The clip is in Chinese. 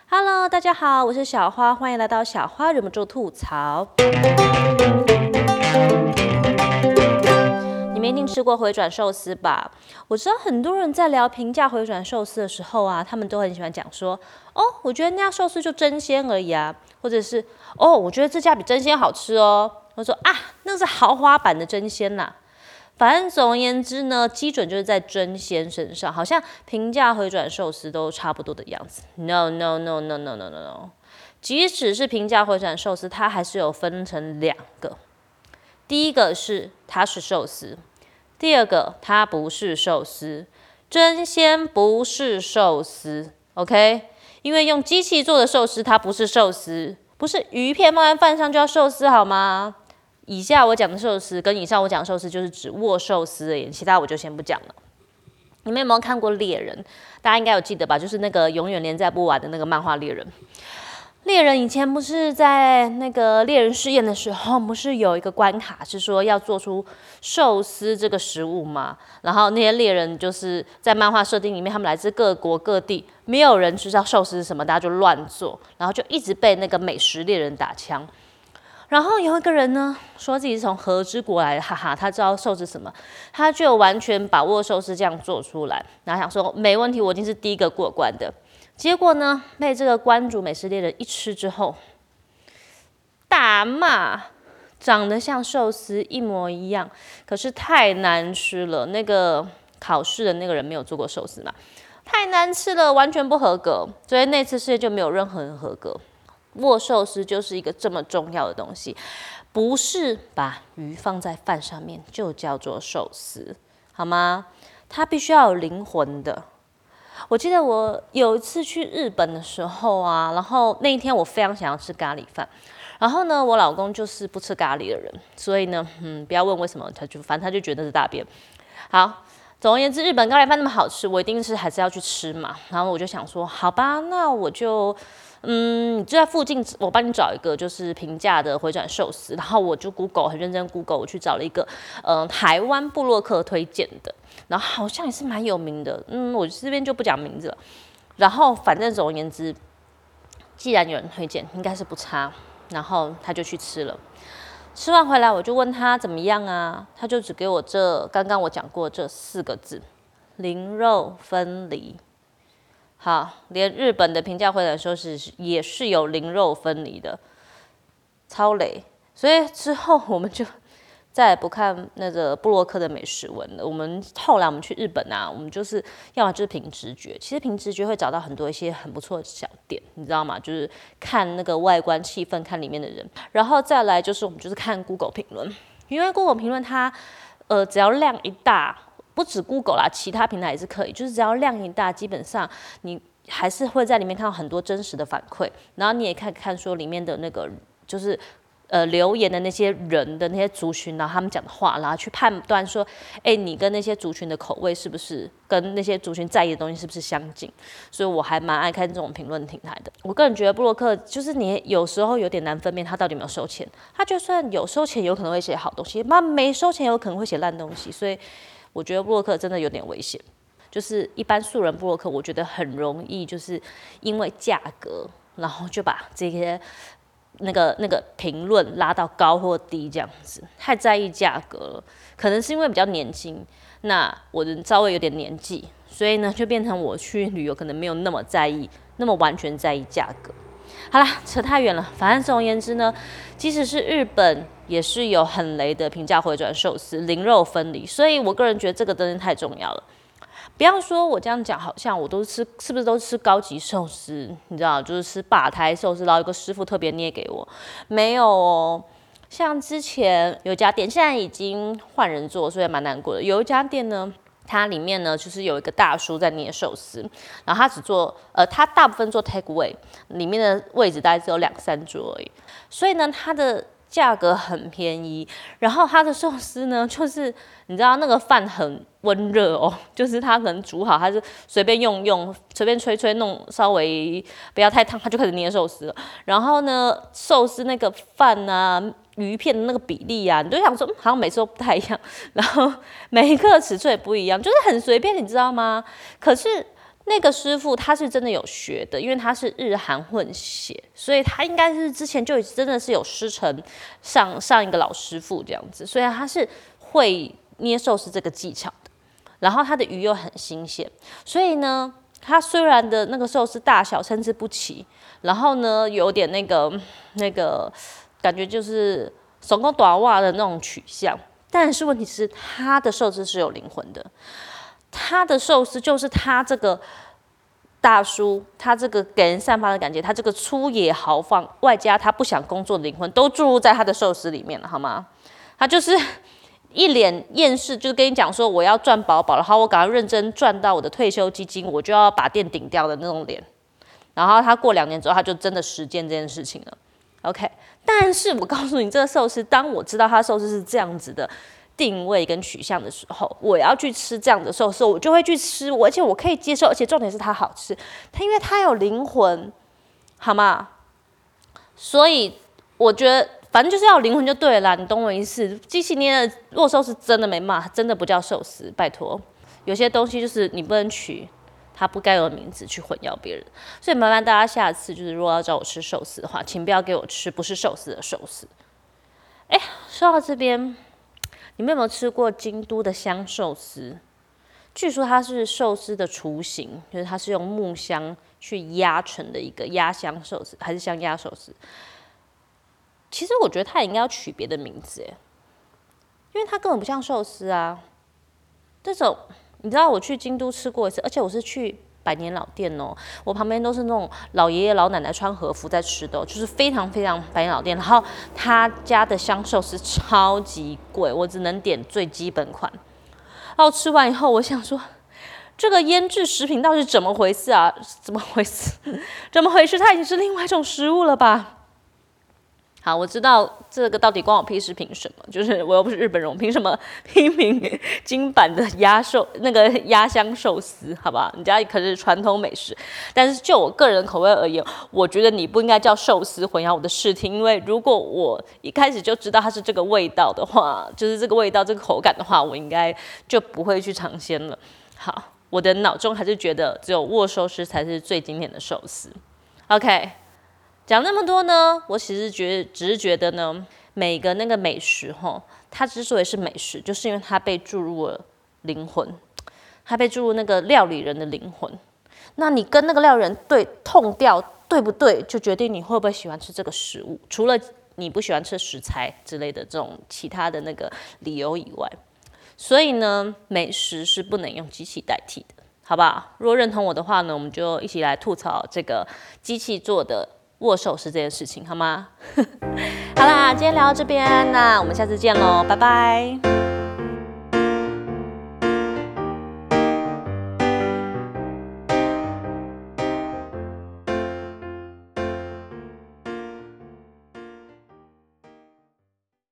Hello，大家好，我是小花，欢迎来到小花忍不住吐槽。你们一定吃过回转寿司吧？我知道很多人在聊平价回转寿司的时候啊，他们都很喜欢讲说，哦，我觉得那家寿司就真鲜而已啊，或者是哦，我觉得这家比真鲜好吃哦。我说啊，那是豪华版的真鲜呐。反正总而言之呢，基准就是在真鲜身上，好像平价回转寿司都差不多的样子。No no no no no no no no， 即使是平价回转寿司，它还是有分成两个。第一个是它是寿司，第二个它不是寿司。真鲜不是寿司 ，OK？ 因为用机器做的寿司，它不是寿司，不是鱼片放在饭上就要寿司好吗？以下我讲的寿司跟以上我讲的寿司就是指握寿司而已，其他我就先不讲了。你们有没有看过猎人？大家应该有记得吧？就是那个永远连载不完的那个漫画猎人。猎人以前不是在那个猎人试验的时候，不是有一个关卡是说要做出寿司这个食物吗？然后那些猎人就是在漫画设定里面，他们来自各国各地，没有人知道寿司是什么，大家就乱做，然后就一直被那个美食猎人打枪。然后有一个人呢，说自己是从和之国来的，哈哈，他知道寿司什么，他就完全把握寿司这样做出来，然后想说没问题，我一定是第一个过关的。结果呢，被这个关主美食猎人一吃之后，大骂，长得像寿司一模一样，可是太难吃了。那个考试的那个人没有做过寿司嘛，太难吃了，完全不合格，所以那次试验就没有任何人合格。握寿司就是一个这么重要的东西，不是把鱼放在饭上面就叫做寿司，好吗？它必须要有灵魂的。我记得我有一次去日本的时候啊，然后那一天我非常想要吃咖喱饭，然后呢，我老公就是不吃咖喱的人，所以呢，不要问为什么，反正他就觉得是大便。好，总而言之，日本咖喱饭那么好吃，我一定是还是要去吃嘛。然后我就想说，好吧，那我就。你就在附近，我帮你找一个就是平价的回转寿司，然后我就 Google 很认真 Google， 我去找了一个台湾部落客推荐的，然后好像也是蛮有名的，我这边就不讲名字了。然后反正总而言之，既然有人推荐，应该是不差，然后他就去吃了。吃完回来我就问他怎么样啊，他就只给我刚刚我讲过这4个字：灵肉分离。好，连日本的平价回转寿司也是有灵肉分离的，超雷。所以之后我们就再也不看那个部落客的美食文了。后来我们去日本啊，我们就是要么就是凭直觉，其实凭直觉会找到很多一些很不错的小店，你知道吗？就是看那个外观气氛，看里面的人，然后再来就是我们就是看 Google 评论，因为 Google 评论它只要量一大。不止 Google 啦，其他平台也是可以，就是只要量一大，基本上你还是会在里面看到很多真实的反馈，然后你也看说里面的那个就是留言的那些人的那些族群，然后他们讲的话，然后去判断说，你跟那些族群的口味是不是跟那些族群在意的东西是不是相近？所以我还蛮爱看这种评论平台的。我个人觉得部落客就是你有时候有点难分辨他到底有没有收钱，他就算有收钱，有可能会写好东西，没收钱有可能会写烂东西，所以。我觉得部落客真的有点危险，就是一般素人部落客，我觉得很容易就是因为价格，然后就把这些那个评论拉到高或低这样子，太在意价格了。可能是因为比较年轻，那我稍微有点年纪，所以呢就变成我去旅游可能没有那么在意，那么完全在意价格。好啦，扯太远了。反正总而言之呢，即使是日本也是有很雷的平价回转寿司，灵肉分离。所以我个人觉得这个真的太重要了。不要说我这样讲，好像我都吃，是不是都吃高级寿司？你知道，就是吃吧台寿司，然后有个师傅特别捏给我，没有哦。像之前有一家店，现在已经换人做，所以蛮难过的。有一家店呢。它里面呢，就是有一个大叔在捏寿司，然后他只做，他大部分做 take away， 里面的位置大概只有2-3桌而已，所以呢，它的价格很便宜，然后它的寿司呢，就是你知道那个饭很温热哦，就是它可能煮好，它就随便用，随便吹弄，稍微不要太烫，它就开始捏寿司了。然后呢，寿司那个饭啊。鱼片的那个比例啊，你就想说，好像每次都不太一样，然后每一个尺寸也不一样，就是很随便，你知道吗？可是那个师傅他是真的有学的，因为他是日韩混血，所以他应该是之前就真的是有师承上一个老师傅这样子，所以他是会捏寿司这个技巧的。然后他的鱼又很新鲜，所以呢，他虽然的那个寿司大小参差不齐，然后呢有点那个感觉就是手工短袜的那种取向，但是问题是他的寿司是有灵魂的。他的寿司就是他这个大叔，他这个给人散发的感觉，他这个粗野豪放，外加他不想工作的灵魂，都注入在他的寿司里面了，好吗？他就是一脸厌世，就是跟你讲说我要赚饱饱了，好，我赶快认真赚到我的退休基金，我就要把店顶掉的那种脸。然后他过2年之后，他就真的实践这件事情了。OK， 但是我告诉你，这个寿司，当我知道他寿司是这样子的定位跟取向的时候，我要去吃这样的寿司，我就会去吃，而且我可以接受，而且重点是它好吃，因为它有灵魂，好吗？所以我觉得反正就是要有灵魂就对了啦，你懂我意思？机器捏的肉寿司真的没骂，真的不叫寿司，拜托。有些东西就是你不能取它不该有的名字去混淆别人，所以麻烦大家下次就是如果要找我吃寿司的话，请不要给我吃不是寿司的寿司。哎，说到这边。你们有没有吃过京都的香寿司？据说它是寿司的雏形，就是它是用木香去压成的一个压香寿司，还是香压寿司？其实我觉得它也应该要取别的名字，因为它根本不像寿司啊。这种你知道，我去京都吃过一次，而且我是去百年老店哦，我旁边都是那种老爷爷老奶奶穿和服在吃的，就是非常非常百年老店。然后他家的香寿司超级贵，我只能点最基本款。然后吃完以后，我想说，这个腌制食品到底是怎么回事啊？怎么回事？怎么回事？它已经是另外一种食物了吧？好，我知道这个到底关我屁事，凭什么？就是我又不是日本人，我凭什么批评金版的那个鸭香寿司？好吧，人家可是传统美食。但是就我个人口味而言，我觉得你不应该叫寿司混淆我的视听，因为如果我一开始就知道它是这个味道的话，就是这个味道、这个口感的话，我应该就不会去尝鲜了。好，我的脑中还是觉得只有握寿司才是最经典的寿司。OK。讲那么多呢，我其实只是觉得呢，每个那个美食吼，它之所以是美食，就是因为它被注入了灵魂，它被注入那个料理人的灵魂。那你跟那个料理人痛调对不对，就决定你会不会喜欢吃这个食物。除了你不喜欢吃食材之类的这种其他的那个理由以外，所以呢，美食是不能用机器代替的，好不好？如果认同我的话呢，我们就一起来吐槽这个机器做的握寿司这件事情，好吗？好啦，今天聊到这边，那我们下次见喽，拜拜。